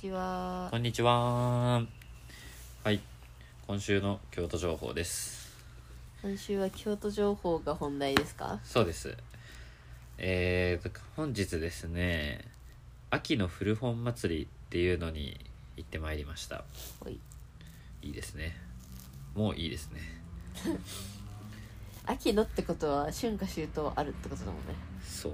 ちは。 こんにちは。はい、今週の京都情報です。 今週は京都情報が本題ですか？ そうです。本日ですね、秋の古本祭りっていうのに行ってまいりました。 ほい。 いいですね。もういいですね。 秋のってことは春夏秋冬あるってことだもんね。 そう。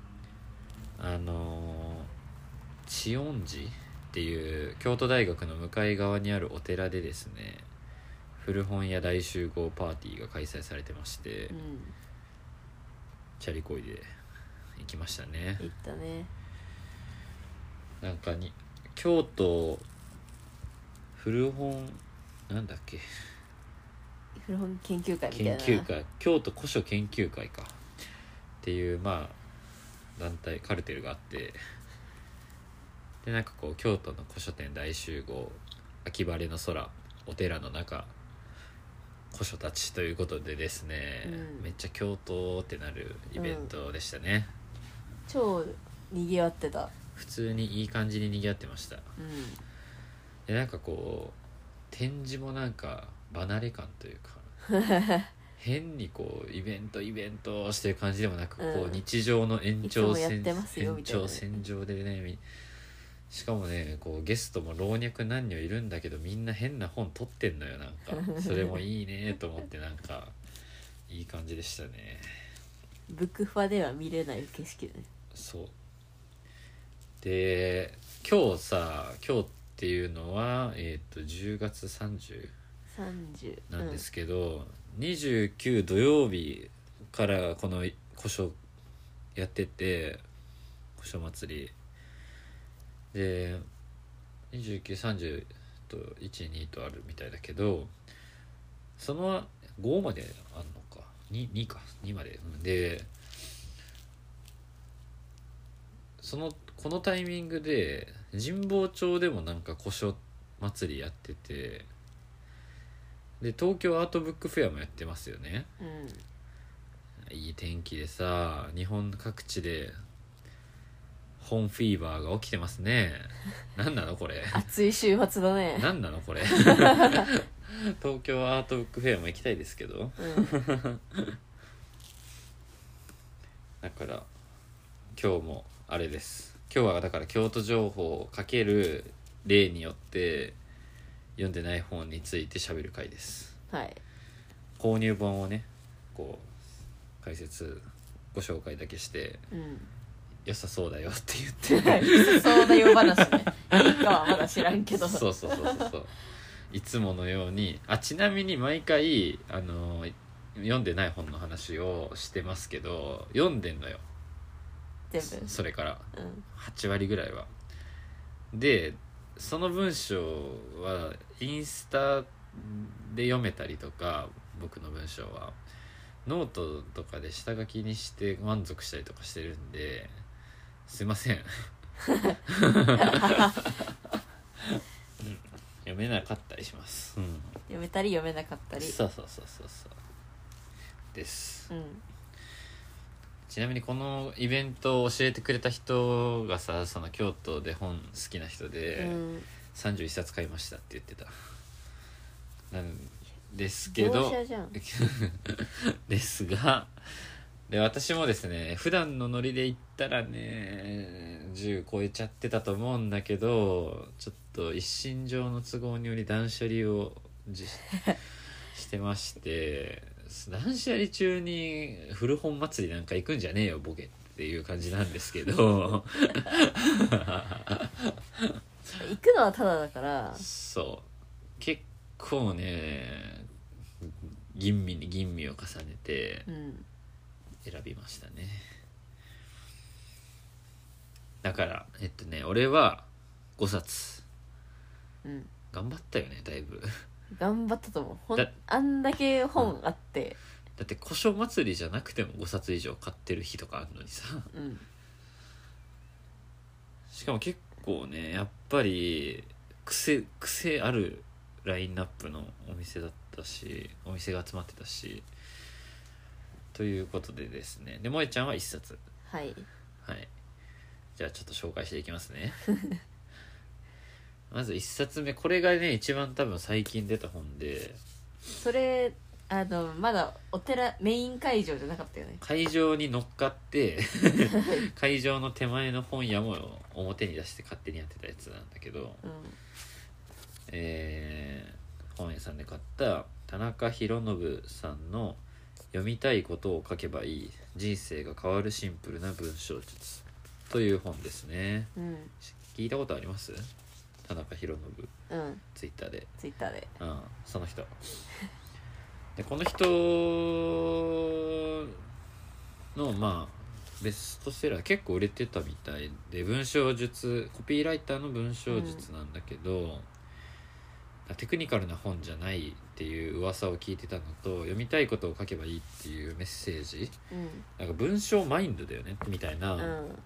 智恩寺っていう京都大学の向かい側にあるお寺でですね、古本屋大集合パーティーが開催されてまして、チャリこいで行きましたね。 行ったね。 なんかに京都古本なんだっけ、 古本研究会みたいな。 研究会、京都古書研究会かっていう団体カルテルがあって、でなんかこう京都の古書店大集合、秋晴れの空、お寺の中、古書たちということでですね、めっちゃ京都ってなるイベントでしたね。 超賑わってた。 普通にいい感じに賑わってました。でなんかこう展示もなんか離れ感というか変にこうイベントをしてる感じでもなく、こう日常の延長線上でね、しかもねこうゲストも老若男女いるんだけど、みんな変な本取ってんのよ。なんかそれもいいねと思って、なんかいい感じでしたね。 ブックファでは見れない景色ね。 そうで、今日っていうのは10月30なんですけど、29土曜日からこの古書やってて、古書祭りで29、30と1、2とあるみたいだけど、その5まであんのか、2まで、でこのタイミングで神保町でもなんか古書祭りやってて、で東京アートブックフェアもやってますよね。いい天気でさ、日本各地で本フィーバーが起きてますね。何なのこれ。 暑い週末だね。 何なのこれ。東京アートブックフェアも行きたいですけど、だから今日もあれです。今日はだから京都情報をかける例によって読んでない本について喋る回です。 はい。 購入本をね、こう解説ご紹介だけして、良さそうだよって言って良さそうだよ話ね。いいかはまだ知らんけど。 そういつものように、ちなみに毎回読んでない本の話をしてますけど、読んでんのよ全部。 それから、8割ぐらいは。でその文章はインスタで読めたりとか、僕の文章はノートとかで下書きにして満足したりとかしてるんで、すいません読めなかったりします、 読めたり読めなかったり。 そうです、ちなみにこのイベントを教えてくれた人がさ、その京都で本好きな人で、31冊買いましたって言ってた。なんですけどですが、で私もですね、普段のノリで言ったらね10超えちゃってたと思うんだけど、ちょっと一身上の都合により断捨離をしてまして、断捨離中に古本祭りなんか行くんじゃねえよボケっていう感じなんですけど行くのはただだから。 そう結構ね吟味に吟味を重ねて選びましたね。だから俺は5冊、頑張ったよねだいぶ。 頑張ったと思う。あんだけ本あって、 だって古書祭りじゃなくても5冊以上買ってる日とかあるのにさ、しかも結構ねやっぱり癖あるラインナップのお店だったし、お店が集まってたし、ということでですね、で萌ちゃんは1冊。 はい、 じゃあちょっと紹介していきますね。 まず1冊目、これがね一番多分最近出た本で、 それまだお寺メイン会場じゃなかったよね。 会場に乗っかって会場の手前の本屋も表に出して勝手にやってたやつなんだけど、 うん、 本屋さんで買った田中宏信さんの読みたいことを書けばいい人生が変わるシンプルな文章術という本ですね、 うん、 聞いたことあります？田中宏信、 うん、 ツイッターで、うん、その人で、この人のまあベストセラー結構売れてたみたいで、文章術、コピーライターの文章術なんだけど、テクニカルな本じゃないっていう噂を聞いてたのと、読みたいことを書けばいいっていうメッセージ、 うん、 なんか文章マインドだよねみたいな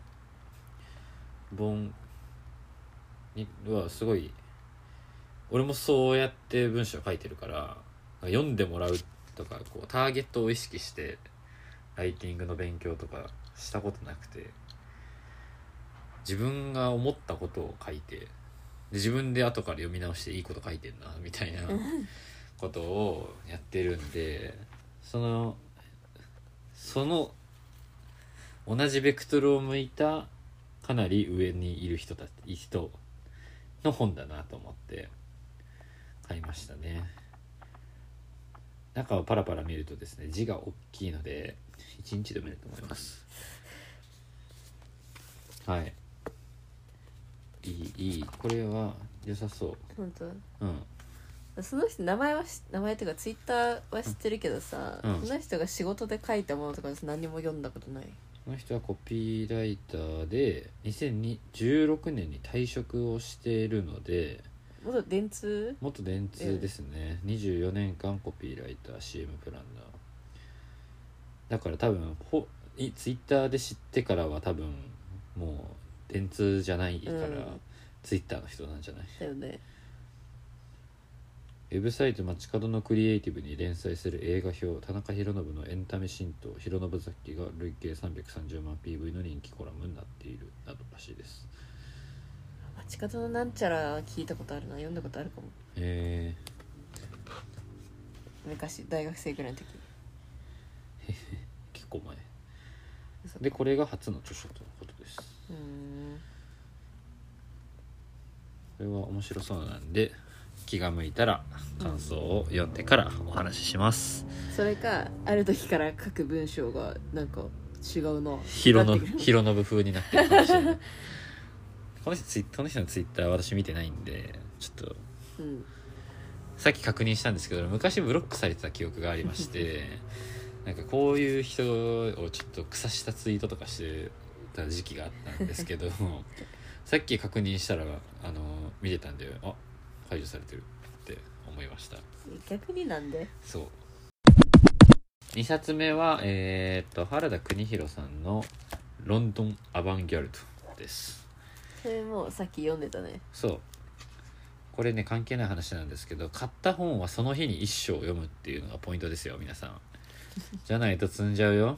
本にはすごい、俺もそうやって文章書いてるから、読んでもらうとかこうターゲットを意識してライティングの勉強とかしたことなくて、自分が思ったことを書いて、で自分で後から読み直していいこと書いてんなみたいなことをやってるんで、その同じベクトルを向いたかなり上にいる人の本だなと思って買いましたね。中をパラパラ見るとですね、字が大きいので1日で読めると思います。はい、いい、これは良さそう。 本当？ うん。 その人名前っていうかツイッターは知ってるけどさ、 うん、 その人が仕事で書いたものとか何も読んだことない。 この人はコピーライターで2016年に退職をしているので、 元電通ですね、24年間コピーライター CM プランナーだから、多分ツイッターで知ってからは多分もう電通じゃないから、ツイッターの人なんじゃないだよね。 ウェブサイト街角のクリエイティブに連載する映画表、田中宏信のエンタメ神道宏信雑記が累計330万 PV の人気コラムになっているなどらしいです。 街角のなんちゃら聞いたことあるな、読んだことあるかも。昔大学生ぐらいの時結構前で、これが初の著書とのことです。これは面白そうなんで、気が向いたら感想を読んでからお話しします、 それかある時から書く文章がなんか違うな、 宏信風になってるかもしれないこの人のツイッター私見てないんでちょっと、さっき確認したんですけど、昔ブロックされてた記憶がありましてなんかこういう人をちょっと腐したツイートとかしてた時期があったんですけどさっき確認したら見てたんで、あ、排除されてるって思いました。 逆になんで？ そう。2冊目は原田邦弘さんのロンドンアバンギャルドです。 それもさっき読んでたね。 そう、これね関係ない話なんですけど、買った本はその日に一章読むっていうのがポイントですよ皆さんじゃないと積んじゃうよ。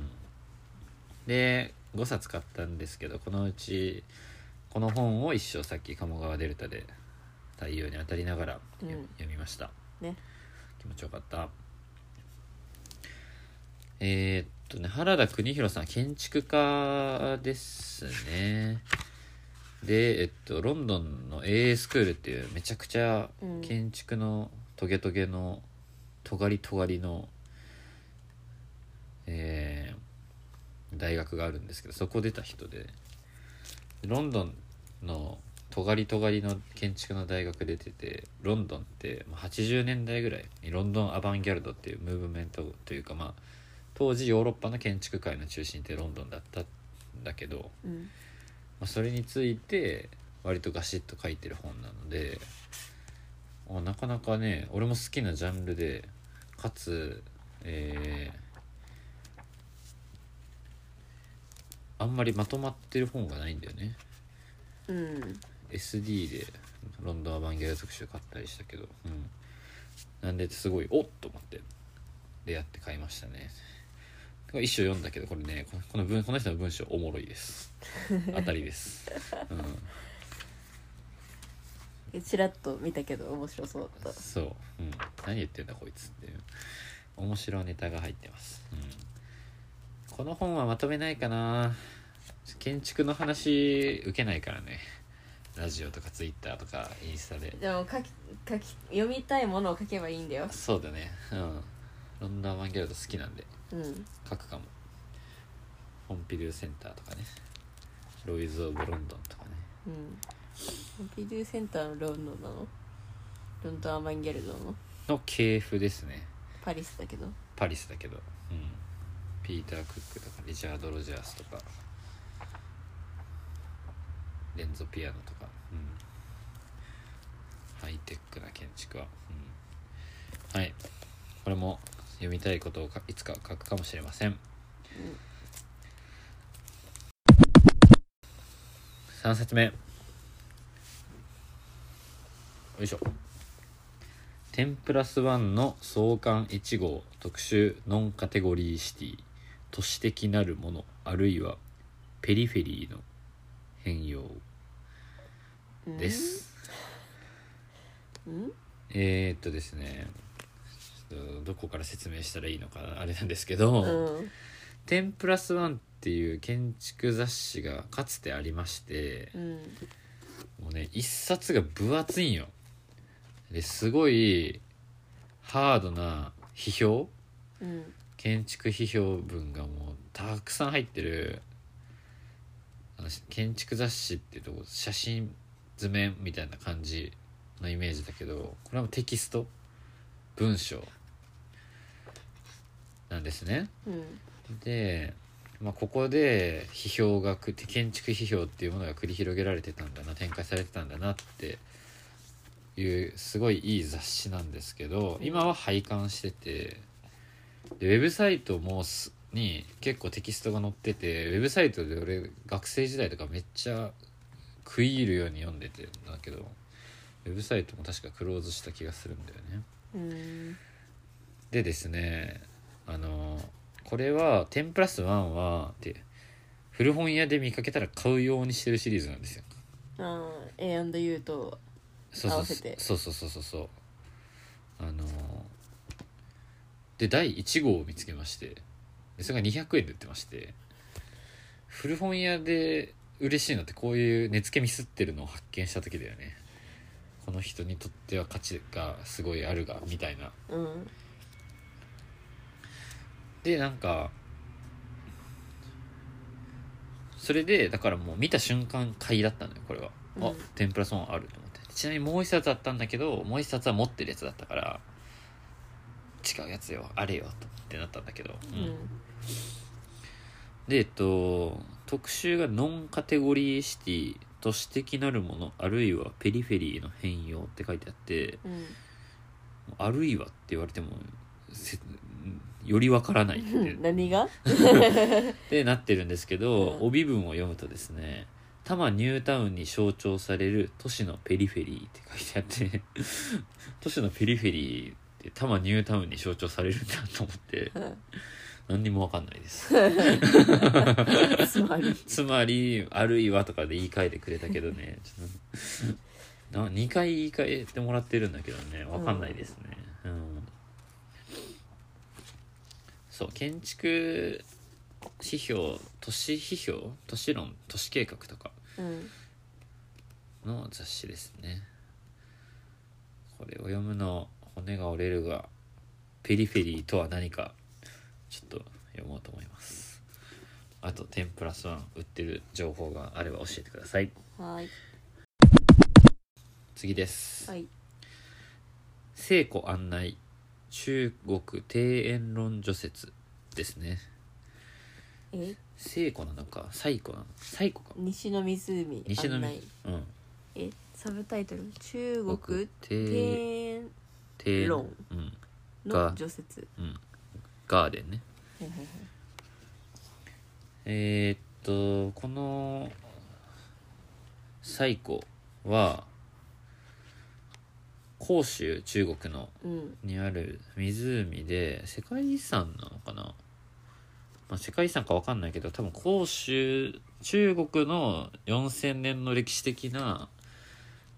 で5冊買ったんですけど、このうちこの本を一章さっき鴨川デルタで太陽に当たりながら読みました、 ね、 気持ちよかった。原田邦弘さん建築家ですね。でロンドンの AA スクールっていうめちゃくちゃ建築のトゲトゲの尖りの、大学があるんですけど、そこ出た人で、ロンドンの尖りの建築の大学出てて、ロンドンって80年代ぐらいにロンドンアバンギャルドっていうムーブメントというか、当時ヨーロッパの建築界の中心ってロンドンだったんだけど、それについて割とガシッと書いてる本なので、なかなかね俺も好きなジャンルで、かつ、あんまりまとまってる本がないんだよね。SD でロンドンアバンギャルド特集買ったりしたけど、なんですごいおっと思って出会って買いましたね。一章読んだけど、これねこの人の文章おもろいです当たりです、 ちらっと見たけど面白そうだった。 そう、うん、何言ってんだこいつっていう面白ネタが入ってます、うん、この本はまとめないかな。建築の話受けないからね、ラジオとかツイッターとかインスタで。 でも読みたいものを書けばいいんだよ。 そうだね、うん、ロンドンアバンギャルド好きなんで、 うん、 書くかも。ポンピドゥセンターとかね、ロイズ・オブ・ロンドンとかね。 うん。ポンピドゥセンターのロンドンなの？ロンドンアバンギャルドの系譜ですね。 パリスだけど。 パリスだけど、うん、ピーター・クックとかリチャード・ロジャースとかレンゾ・ピアノとか、うん、ハイテックな建築は、うん、はい、これも読みたいことをいつか書くかもしれません、うん、3冊目、よいしょ。テンプラス1の創刊1号特集ノンカテゴリーシティ都市的なるものあるいはペリフェリーの変容です。ですね、どこから説明したらいいのかあれなんですけど、テンプラス1っていう建築雑誌がかつてありまして、もうね一冊が分厚いんよ。ですごいハードな批評、建築批評文がもうたくさん入ってる建築雑誌っていうと写真図面みたいな感じのイメージだけど、これはもうテキスト文章なんですね、で、ここで建築批評っていうものが繰り広げられてたんだな、展開されてたんだなっていうすごいいい雑誌なんですけど、今は廃刊してて、でウェブサイトに結構テキストが載ってて、ウェブサイトで俺学生時代とかめっちゃ食い入るように読んでてんだけど、ウェブサイトも確かクローズした気がするんだよね。でですね、これはテンプラス1はで古本屋で見かけたら買うようにしてるシリーズなんですよ。 A&U と合わせて。そうで第1号を見つけまして、でそれが200円で売ってまして、古本屋で嬉しいのってこういう値付けミスってるのを発見した時だよね。この人にとっては価値がすごいあるがみたいな、でなんかそれでだからもう見た瞬間買いだったのよこれは、テンプラス1あると思って。ちなみにもう一冊あったんだけど、もう一冊は持ってるやつだったから違うやつよあれよってなったんだけど、で特集がノンカテゴリーシティ都市的なるものあるいはペリフェリーの変容って書いてあって、あるいはって言われてもよりわからないって何がってなってるんですけど、帯文を読むとですね、多摩ニュータウンに象徴される都市のペリフェリーって書いてあって都市のペリフェリーって多摩ニュータウンに象徴されるんだと思って何にも分かんないですつまりあるいはとかで言い換えてくれたけどね2回言い換えてもらってるんだけどね分かんないですね、そう建築指標都市批評都市論都市計画とかの雑誌ですね、これを読むの骨が折れるがペリフェリーとは何かちょっと読もうと思います。あとテンプラス1売ってる情報があれば教えてください。 はい、 次です、聖子案内中国庭園論除説ですね。聖子なのか西湖なの西湖か西の湖案内、サブタイトル中国庭園論の除説、 ガーデンね。この西湖は広州中国のにある湖で世界遺産なのかな、世界遺産か分かんないけど多分広州中国の4000年の歴史的な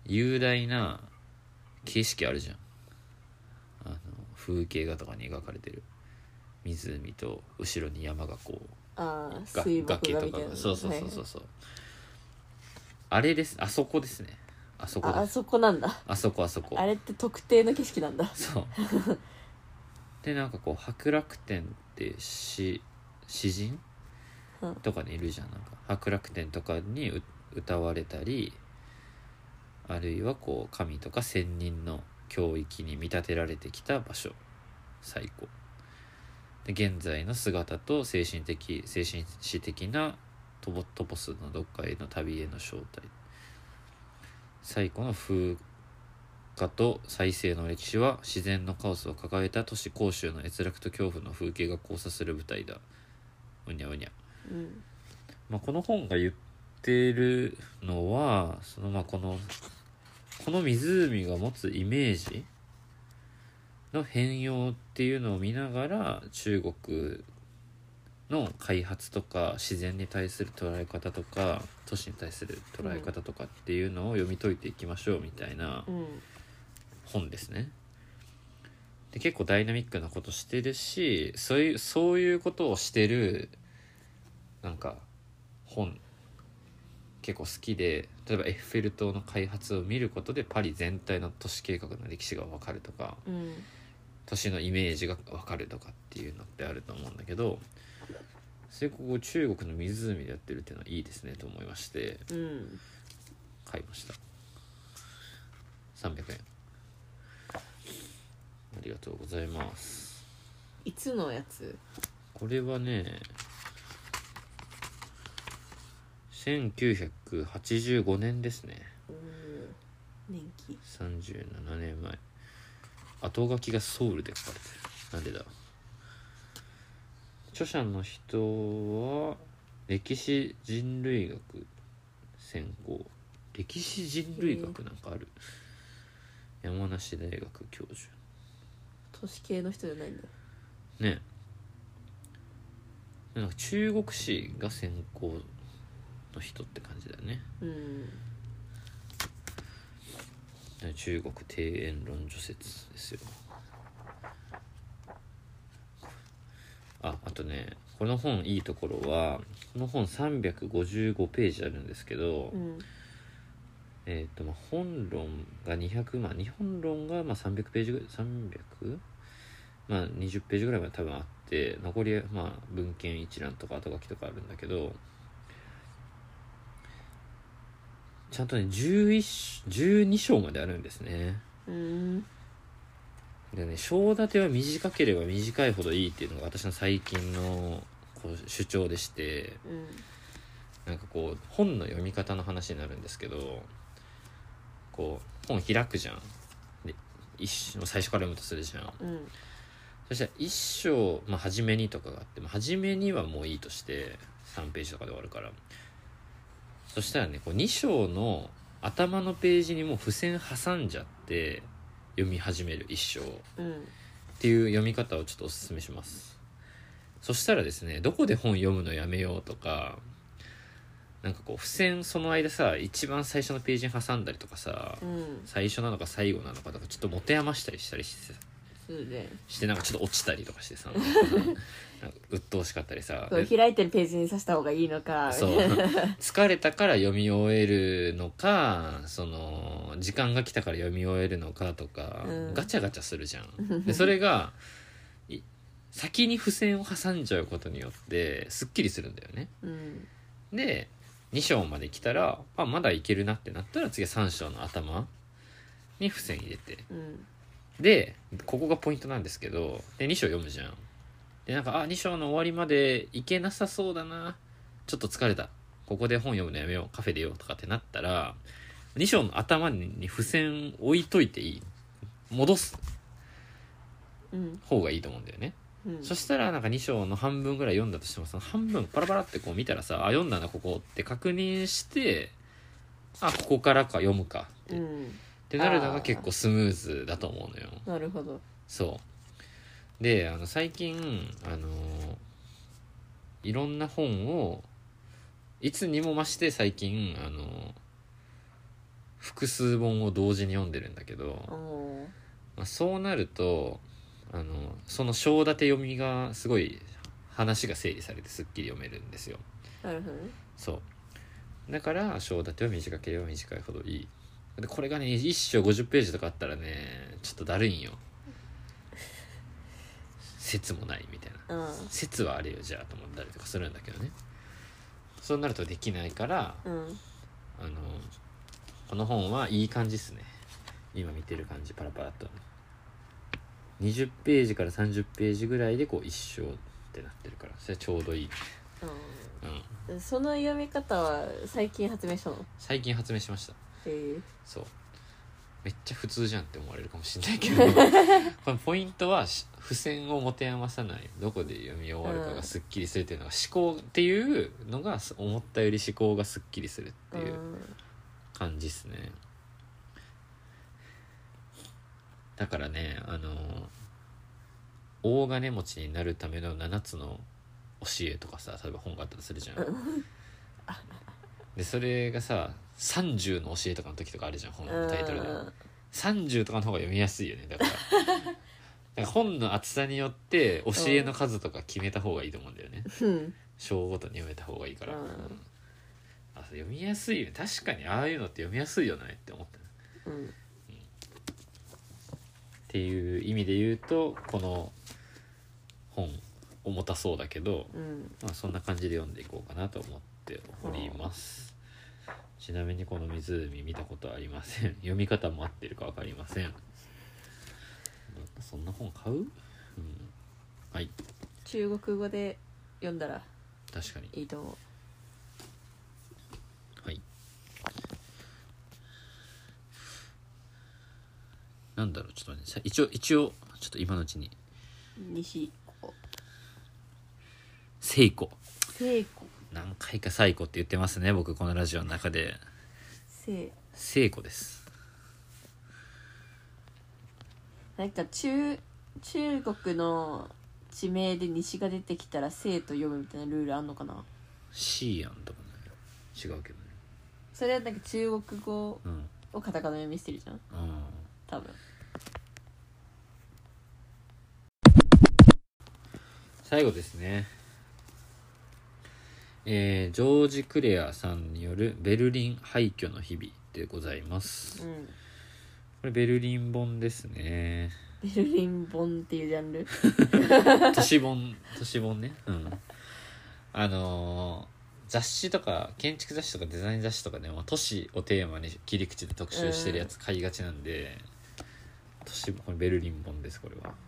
雄大な景色あるじゃん。風景画とかに描かれてる湖と後ろに山がこう水墨画みたいな、 そうそうそうそうそう、はい、あれです。あそこですね。あそこです。 あそこなんだ。 あそこあれって特定の景色なんだ。 そうでなんかこう白楽天って詩人とかにいるじゃん。なんか白楽天とかに歌われたり、あるいはこう神とか仙人の教域に見立てられてきた場所、最高で現在の姿と精神史的なトポスのどっかへの旅への招待、最古の風化と再生の歴史は自然のカオスを抱えた都市広州の閲楽と恐怖の風景が交差する舞台だ。うにゃうにゃ、この本が言ってるのはそのこの湖が持つイメージの変容っていうのを見ながら、中国の開発とか自然に対する捉え方とか都市に対する捉え方とかっていうのを読み解いていきましょうみたいな本ですね。で結構ダイナミックなことしてるし、そういうことをしてるなんか本結構好きで、例えばエッフェル塔の開発を見ることでパリ全体の都市計画の歴史が分かるとか、都市のイメージが分かるとかっていうのってあると思うんだけど、それここ中国の湖でやってるっていうのはいいですねと思いまして、買いました。300円。ありがとうございます。 いつのやつ？ これはね1985年ですね。 年季 37年前。後書きがソウルで書かれてる。なんでだ。著者の人は歴史人類学専攻。歴史人類学なんかある。山梨大学教授。 都市系の人じゃないんだね。なんか中国史が専攻の人って感じだよね。中国庭園論述説ですよ。あとね、この本いいところは、この本355ページあるんですけど、本論が200、日本論が300ページぐらい、300？ 20ページぐらいまで多分あって、残り文献一覧とか後書きとかあるんだけど、ちゃんとね12章まであるんですね。でね、章立ては短ければ短いほどいいっていうのが私の最近の主張でして、なんかこう本の読み方の話になるんですけど、こう本開くじゃん。で最初から読むとするじゃん。そしたら一章、初めにとかがあって、初めにはもういいとして3ページとかで終わるから、そしたらね、こう2章の頭のページにもう付箋挟んじゃって読み始める1章っていう読み方をちょっとおすすめします。そしたらですね、どこで本読むのやめようとか、なんかこう付箋その間さ、一番最初のページに挟んだりとかさ、最初なのか最後なのかとかちょっと持て余したりしてなんかちょっと落ちたりとかしてさ鬱陶しかったりさ、 開いてるページに刺した方がいいのか、 そう疲れたから読み終えるのか、その時間が来たから読み終えるのかとか、ガチャガチャするじゃん。でそれが先に付箋を挟んじゃうことによってすっきりするんだよね。で2章まで来たらまだいけるなってなったら、次は3章の頭に付箋入れて、でここがポイントなんですけど、で2章読むじゃん。でなんか2章の終わりまでいけなさそうだな、ちょっと疲れた、ここで本読むのやめよう、カフェでようとかってなったら、2章の頭に付箋置いといていい、戻す方がいいと思うんだよね。そしたらなんか2章の半分ぐらい読んだとしても、その半分パラパラってこう見たらさ、読んだなここって確認して、ここからか読むかってなるのが結構スムーズだと思うのよ。 なるほど。 そうで、最近いろんな本をいつにも増して最近複数本を同時に読んでるんだけど、まあ、そうなるとその章立て読みがすごい話が整理されてすっきり読めるんですよ。 なるほどね。 そうだから章立ては短ければ短いほどいい。でこれがね1章50ページとかあったらねちょっとだるいんよ。説もないみたいな、説はあれよじゃあと思ったりとかするんだけどね。そうなるとできないから、この本はいい感じっすね。今見てる感じパラパラと20ページから30ページぐらいでこう一章ってなってるからそれちょうどいい。 その読み方は最近発明したの？ 最近発明しました。そうめっちゃ普通じゃんって思われるかもしれないけどこのポイントは付箋を持て余さない、どこで読み終わるかがすっきりするっていうのが思考っていうのが思ったより思考がすっきりするっていう感じですね。だからね大金持ちになるための7つの教えとかさ、例えば本があったとするじゃんでそれがさ30の教えとかの時とかあるじゃん、本のタイトルで。30とかの方が読みやすいよね。だから本の厚さによって教えの数とか決めた方がいいと思うんだよね。章ごとに読めた方がいいから、読みやすいよね。確かにああいうのって読みやすいよねって思った、っていう意味で言うとこの本重たそうだけど、まあ、そんな感じで読んでいこうかなと思っております。ちなみにこの湖見たことありません。読み方も合ってるか分かりません。そんな本買う？はい。 中国語で読んだら確かにいいと思う。はい。なんだろう、ちょっとね、一応ちょっと今のうちに西聖子聖子何回か最古って言ってますね、僕このラジオの中で。聖子です。 なんか中国の地名で西が出てきたら聖と読むみたいなルールあんのかな？ シーアンとかね、違うけどね。 それはなんか中国語をカタカナ読みしてるじゃん、多分。 最後ですね。ジョージ・クレアさんによるベルリン廃墟の日々でございます、これベルリン本ですね。 ベルリン本っていうジャンル都市本ね。雑誌とか建築雑誌とかデザイン雑誌とかでも都市をテーマに切り口で特集してるやつ買いがちなんで、これベルリン本です。これは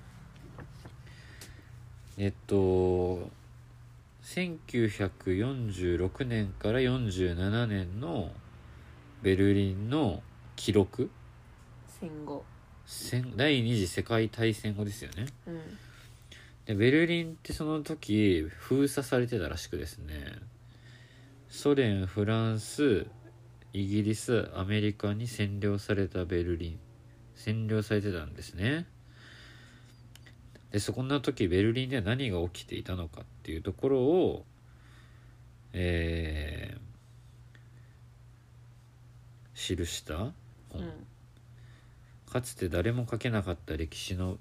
1946年から47年のベルリンの記録、 戦後第二次世界大戦後ですよね、でベルリンってその時封鎖されてたらしくですね、ソ連、フランス、イギリス、アメリカに占領されたベルリン、占領されてたんですね。でそこの時ベルリンでは何が起きていたのかっていうところを、記した本、かつて誰も書けなかった歴史の、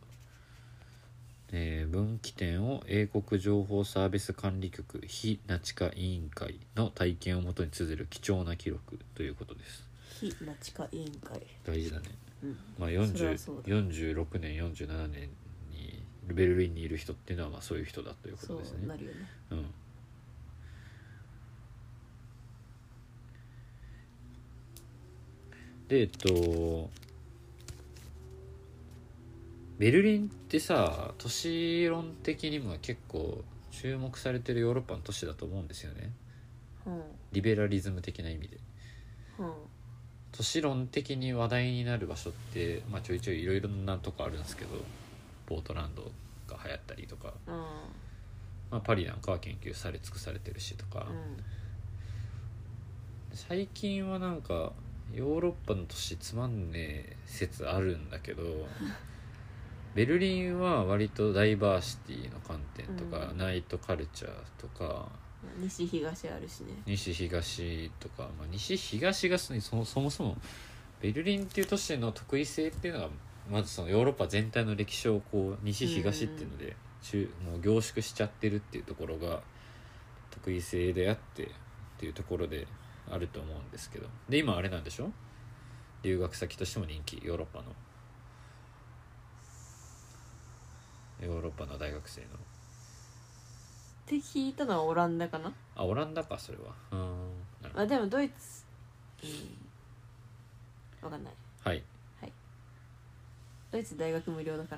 分岐点を英国情報サービス管理局非ナチ化委員会の体験をもとに綴る貴重な記録ということです。 非ナチ化委員会大事だね、まあ、46年47年にベルリンにいる人っていうのはまあそういう人だということですね。 そうなるよね。 でベルリンってさ、都市論的にも結構注目されてるヨーロッパの都市だと思うんですよね、リベラリズム的な意味で、都市論的に話題になる場所って、まあ、ちょいちょいいろいろなとこあるんですけど、ポートランドが流行ったりとか、まあ、パリなんかは研究され尽くされてるしとか、最近はなんかヨーロッパの都市つまんねえ説あるんだけどベルリンは割とダイバーシティの観点とか、ナイトカルチャーとか、 西東あるしね。 西東とか、まあ、西東がそもそもベルリンっていう都市の特異性っていうのがまずそのヨーロッパ全体の歴史をこう西東っていうのでもう凝縮しちゃってるっていうところが特異性であってっていうところであると思うんですけど、で今あれなんでしょ、留学先としても人気、ヨーロッパの大学生のって聞いたのはオランダかな。 あ、オランダか、それは。 まあでもドイツ、分かんない。 はい、 はい、ドイツ大学無料だから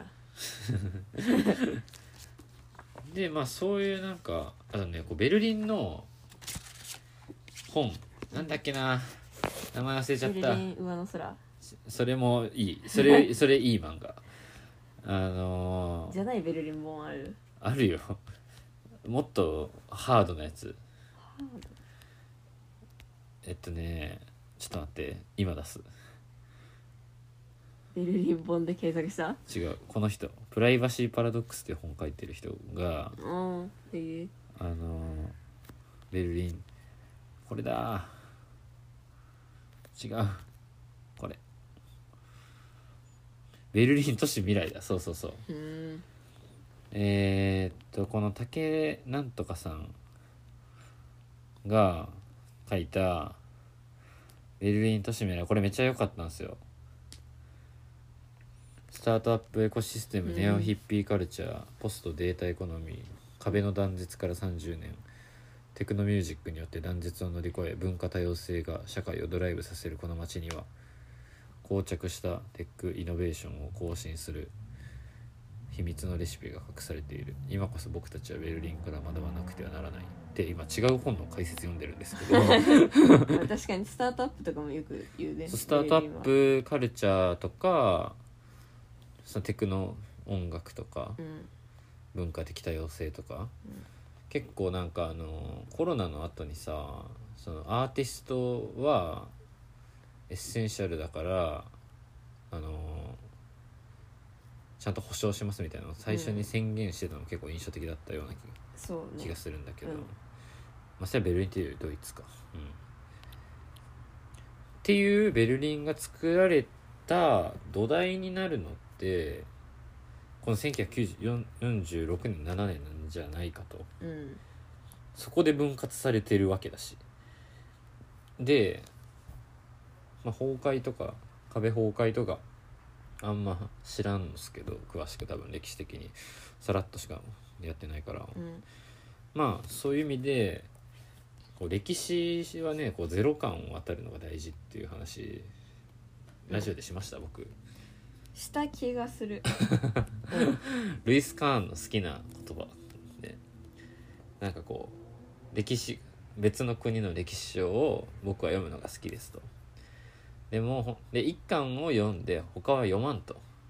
でまあそういうなんかあとね、こうベルリンの本なんだっけな、名前忘れちゃった。 ベルリン上の空。 それもいい、それいい漫画じゃないベルリン本あるよもっとハードなやつ。ちょっと待って、今出す。 ベルリン本で検索した。 違う、この人プライバシーパラドックスっていう本書いてる人がベルリン、これだ、違う、これベルリン都市未来だ、そうこの竹なんとかさんが書いたベルリン都市未来、これめっちゃ良かったんですよ。スタートアップエコシステム、ネオヒッピーカルチャー、ポストデータエコノミー、壁の断絶から30年、テクノミュージックによって断絶を乗り越え文化多様性が社会をドライブさせるこの街には、膠着したテックイノベーションを更新する秘密のレシピが隠されている。今こそ僕たちはベルリンから学ばなくてはならないって今違う本の解説読んでるんですけど確かにスタートアップとかもよく言うね。 スタートアップカルチャーとかそのテクノ音楽とか、文化的多様性とか、結構なんかコロナの後にさ、そのアーティストはエッセンシャルだからちゃんと保証しますみたいなのを最初に宣言してたのが結構印象的だったような気がするんだけど、まあそれはベルリンっていうドイツか、っていうベルリンが作られた土台になるのってこの1946年7年なんじゃないかと、そこで分割されてるわけだし、で、まあ、崩壊とか壁崩壊とかあんま知らんのすけど、詳しく多分歴史的にさらっとしかやってないから、まあそういう意味でこう歴史はね、こうゼロ感を当たるのが大事っていう話ラジオでしました、僕した気がするルイス・カーンの好きな言葉で、なんかこう別の国の歴史書を僕は読むのが好きですと。で一巻を読んで他は読まんと。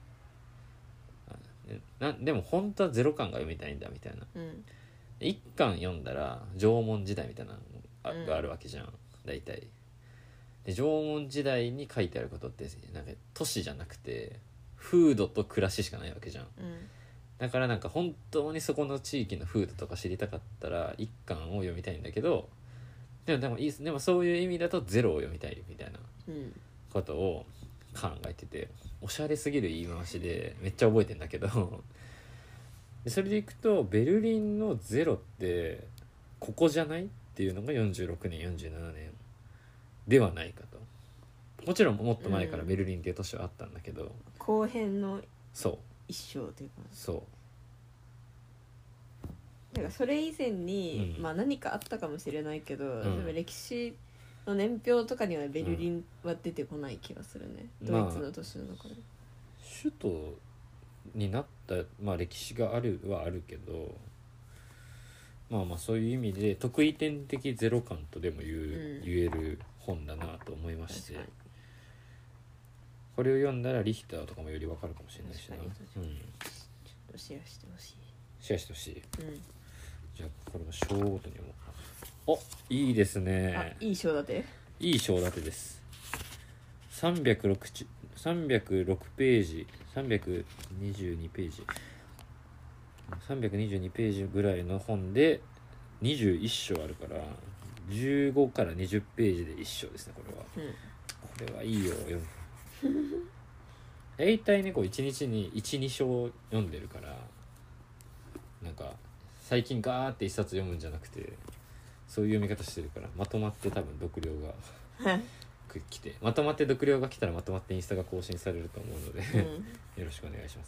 でも本当はゼロ巻が読みたいんだみたいな、一巻読んだら縄文時代みたいなのがあるわけじゃん、大体。で縄文時代に書いてあることってなんか都市じゃなくて風土と暮らししかないわけじゃん、だからなんか本当にそこの地域の風土とか知りたかったら一巻を読みたいんだけど、でもそういう意味だとゼロを読みたいみたいなことを考えてて、おしゃれすぎる言い回しでめっちゃ覚えてんだけどでそれでいくとベルリンのゼロってここじゃないっていうのが46年47年ではないかと。もちろんもっと前からベルリンっていう都市はあったんだけど、 後編のそう一生というか、 そうだからそれ以前に、まあ何かあったかもしれないけど、でも歴史の年表とかにはベルリンは出てこない気がするね、ドイツの都市の中で。 首都になった、まあ、歴史があるはあるけど、まあそういう意味で特異点的ゼロ感とでも言える本だなと思いまして、これを読んだらリヒターとかもより分かるかもしれないしな。ちょっとシェアしてほしい。 シェアしてほしい。じゃあこれも章ごとにも。お、いいですね。 いい章立て。 いい章立てです。306ページ、322ページ、322ページぐらいの本で21章あるから15から20ページで1章ですね、これは。これはいいよ、 大体ねこう1日に 1,2 章読んでるから、なんか最近ガーって1冊読むんじゃなくて、そういう読み方してるから、まとまって多分読量が来て、まとまって読量が来たらまとまってインスタが更新されると思うので、よろしくお願いします。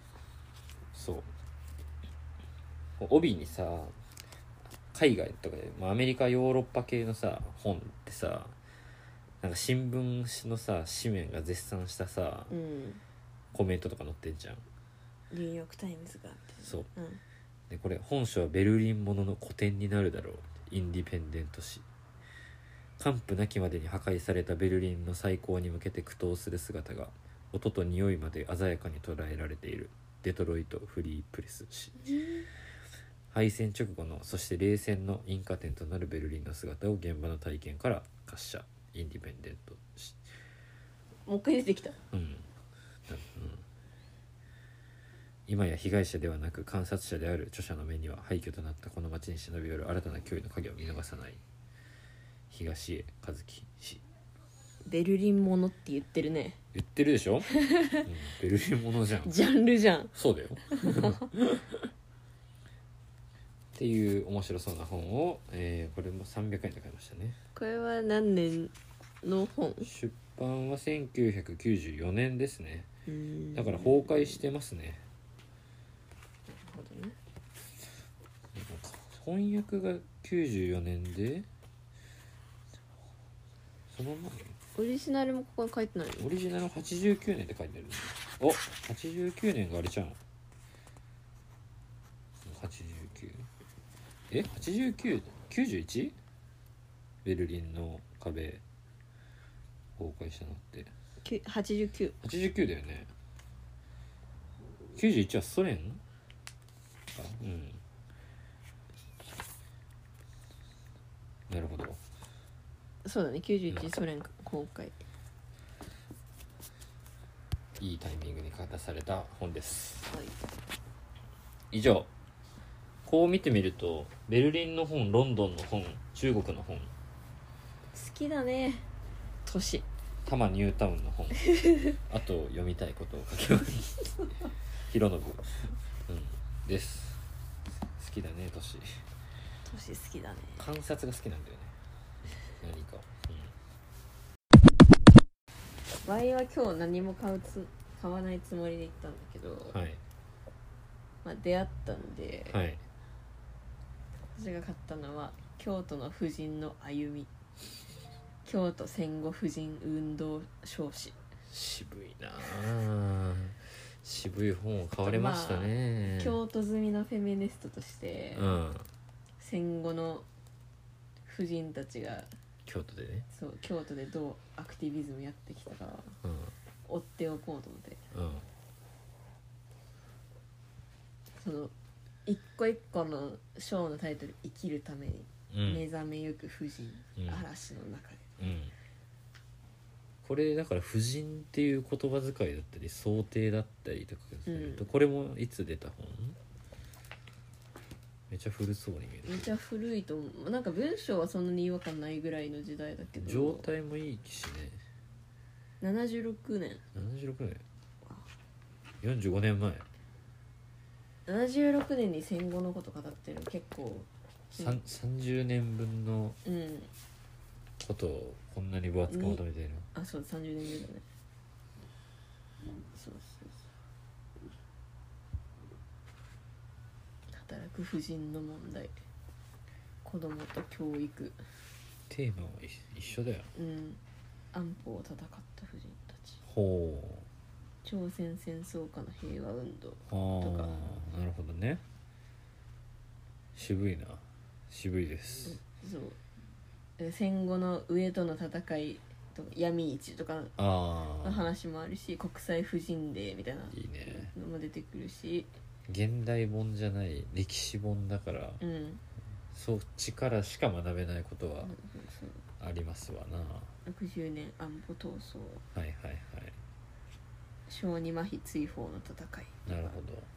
そう帯にさ、海外とかで、アメリカヨーロッパ系のさ本ってさ、なんか新聞のさ紙面が絶賛したさ、コメントとか載ってんじゃん。 ニューヨークタイムズがあって、 そう、でこれ本書はベルリンものの古典になるだろう、インディペンデント誌。完膚なきまでに破壊されたベルリンの再興に向けて苦闘する姿が音と匂いまで鮮やかに捉えられているデトロイトフリープレス誌。敗戦直後の、そして冷戦の引火点となるベルリンの姿を現場の体験から滑車、インディペンデント誌。 もう一回出てきた。 今や被害者ではなく観察者である著者の目には、廃墟となったこの街に忍び寄る新たな脅威の影を見逃さない東江和樹氏。 ベルリンものって言ってるね。 言ってるでしょ、ベルリンものじゃん。 ジャンルじゃん。 そうだよっていう面白そうな本を、これも300円で買いましたね。 これは何年の本？ 出版は1994年ですね。だから崩壊してますね。 なるほどね。 翻訳が94年で、そのオリジナルもここに書いてないの？ オリジナル89年って書いてある、ね、お、89年があれじゃん。89 89 91? ベルリンの壁崩壊したのって89だよね。91はソ連か、なるほど。 そうだね、91ソ連崩壊。 いいタイミングに書かされた本です、 はい、 以上。こう見てみるとベルリンの本、ロンドンの本、中国の本、好きだね。都市多摩ニュータウンの本あと読みたいことを書きます広信、です。好きだね、都市好きだね。 観察が好きなんだよね、何か。 ワイは今日何も買わないつもりで行ったんだけど、 はい、 出会ったんで、 はい、 私が買ったのは京都の婦人の歩み、京都戦後婦人運動書士。 渋いなあ、渋い本を買われましたね。 京都済みのフェミニストとして、戦後の婦人たちが京都でね、 そう京都でどうアクティビズムやってきたか、追っておこうと思って、その一個一個の章のタイトル「生きるために、目覚めゆく婦人、嵐の中で」 これだから婦人っていう言葉遣いだったり想定だったりとかすると、これもいつ出た本？めっちゃ古そうに見える。 めっちゃ古いと思う。なんか文章はそんなに違和感ないぐらいの時代だけど、 状態もいいしね。 76年 45年前。 76年に戦後のこと語ってる。結構 30年分のことをこんなに分厚くまとめている。 あ、そう、30年分だね。そう働く婦人の問題、子供と教育。 テーマは一緒だよ。 安保を戦った婦人たち。 ほう。 朝鮮戦争下の平和運動とか。 なるほどね。渋いな。渋いです。 そう。戦後の上との戦いと闇市とかの話もあるし、国際婦人デーみたいなのも出てくるし、 現代本じゃない歴史本だから、そっちからしか学べないことはありますわな。 60年安保闘争、 はいはいはい、 小児麻痺追放の戦い。 なるほど、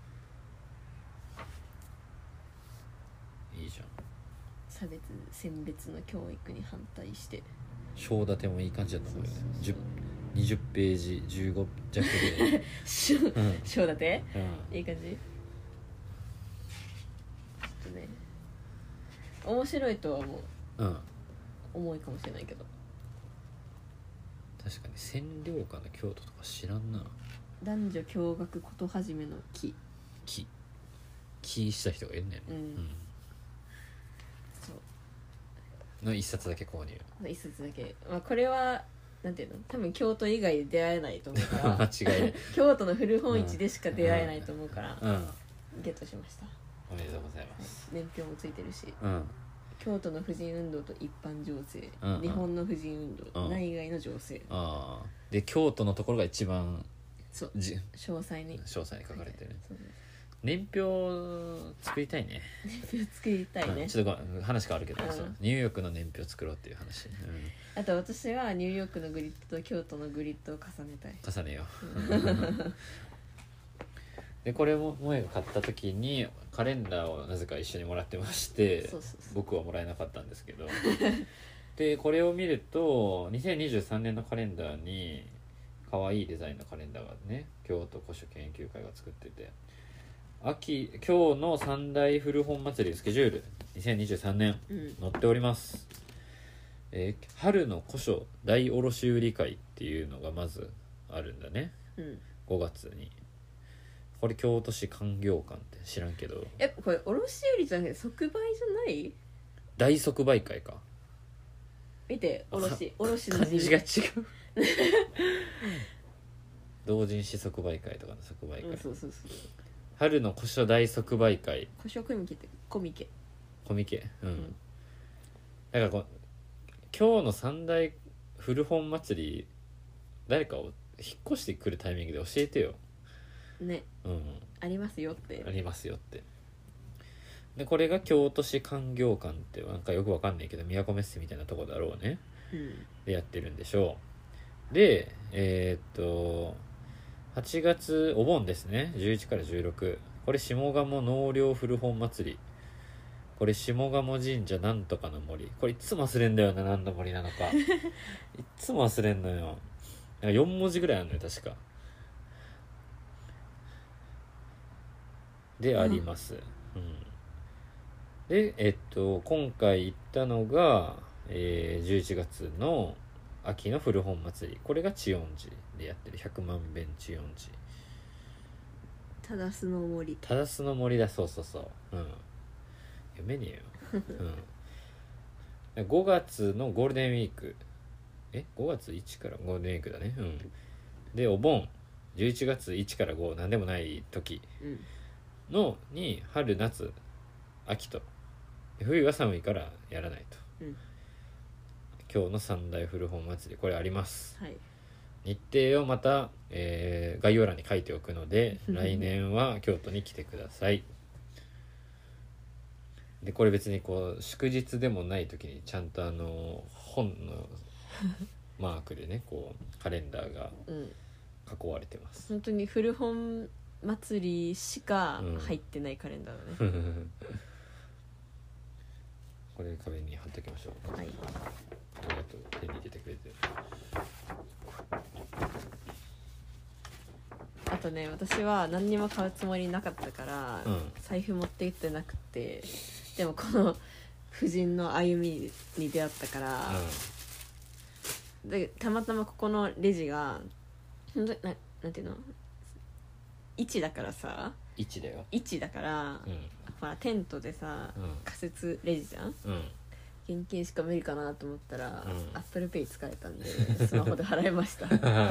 いいじゃん。 差別選別の教育に反対して。 章立てもいい感じだったもんね。 20ページ15弱で章立て、いい感じ。ちょっとね面白いとは思う、重いかもしれないけど。 確かに占領下の京都とか知らんな。 男女共学ことはじめの木した人がいるねそうの一冊だけ購入。 一冊だけ、これはなんていうの、多分京都以外で出会えないと思うから間違いない京都の古本市でしか出会えないと思うから、ゲットしました。 おめでとうございます、 年表もついてるし、京都の婦人運動と一般情勢、日本の婦人運動、内外の情勢、 で京都のところが一番そう詳細に書かれてる、年表作りたいね。 年表作りたいね、 ちょっと話変わるけど、ニューヨークの年表作ろうっていう話、 あと私はニューヨークのグリッドと京都のグリッドを重ねたい。 重ねようでこれも萌が買った時にカレンダーをなぜか一緒にもらってまして、僕はもらえなかったんですけどでこれを見ると2023年のカレンダーに可愛いデザインのカレンダーがね、京都古書研究会が作ってて、今日の三大古本祭りスケジュール2023年載っております、春の古書大卸売会っていうのがまずあるんだね、5月に。これ京都市観業館って知らんけど、 これ卸売じゃなくて即売じゃない？ 大即売会か。 見て、卸の漢字が違う同人誌即売会とかの即売会、 そう春の古書大即売会、 古書コミケってコミケだから今日の三大古本祭り誰かを引っ越してくるタイミングで教えてよね、ありますよって。 でこれが京都市観業館ってなんかよくわかんないけど都メッセみたいなとこだろうね、でやってるんでしょう。で8月お盆ですね、11から16、これ下鴨納涼古本祭り、これ下鴨神社なんとかの森、これいつも忘れんだよな、何の森なのかいつも忘れんのよ。4文字ぐらいあるのよ確かであります、で今回行ったのが、11月の秋の古本祭り、これが千音寺でやってる100万遍千音寺、 忠須の森だ、そう、読めねえよ、5月のゴールデンウィーク、5月1からゴールデンウィークだね、でお盆11月1から5、なんでもない時のに春夏秋と、冬は寒いからやらないと、今日の三大古本祭りこれあります、日程をまた、概要欄に書いておくので来年は京都に来てくださいでこれ別にこう祝日でもない時にちゃんと本のマークでねこうカレンダーが囲われてます、 本当に古本祭りしか入ってないカレンダーだね、 これ壁に貼っておきましょう。ありがとう、手に入れてくれて。 あとね、私は何にも買うつもりなかったから、財布持って行ってなくて、でもこの婦人の歩みに出会ったから、でたまたまここのレジがなんていうの、1だからさ、 1だよ、 1だから、ほらテントでさ、仮設レジじゃん、現金しか無理かなと思ったら、アップルペイ使えたんでスマホで払いました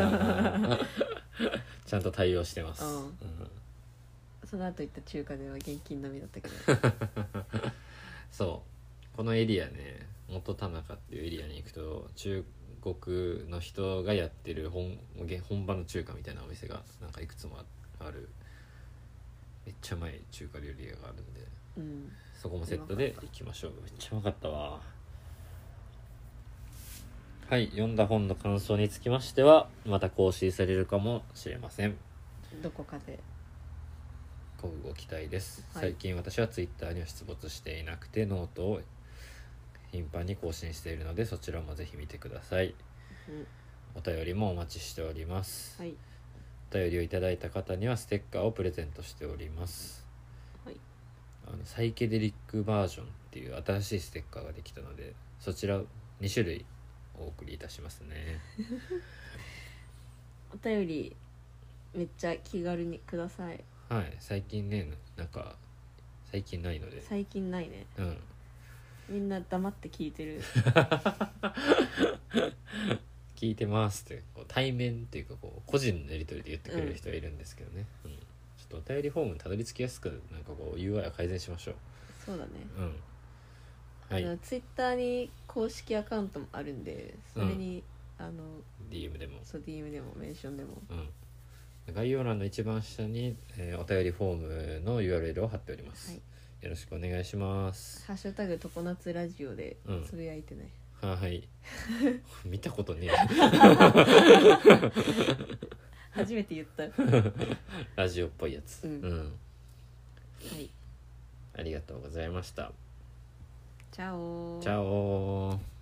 ちゃんと対応してます、 その後行った中華では現金のみだったけどそうこのエリアね、元田中っていうエリアに行くと中国の人がやってる本場の中華みたいなお店がなんかいくつもある、めっちゃうまい中華料理屋があるんで、そこもセットで行きましょう。めっちゃうまかったわ。はい、読んだ本の感想につきましてはまた更新されるかもしれません。 どこかでご期待です、最近私はツイッターには出没していなくてノートを頻繁に更新しているのでそちらもぜひ見てください、 お便りもお待ちしております。 はい。 お便りをいただいた方にはステッカーをプレゼントしております。 はい。 サイケデリックバージョンっていう新しいステッカーができたので、そちら2種類お送りいたしますね。 お便りめっちゃ気軽にください。 はい、最近ね、なんか最近ないので。 最近ないね。 うん。 みんな黙って聞いてる。 聞いてますってこう対面っていうかこう個人のやり取りで言ってくれる人がいるんですけどね、ちょっとお便りフォームにたどり着きやすくなんかこう UI を改善しましょう。 そうだね。 はい。 ツイッターに公式アカウントもあるんで、それに、 DM でもそう DM でもメンションでも、 概要欄の一番下に、お便りフォームの URL を貼っております、はい、よろしくお願いします。 ハッシュタグ常夏ラジオでつぶやいてね、 はい見たことねえ初めて言ったラジオっぽいやつ、はい 、 ありがとうございました。 チャオチャオ。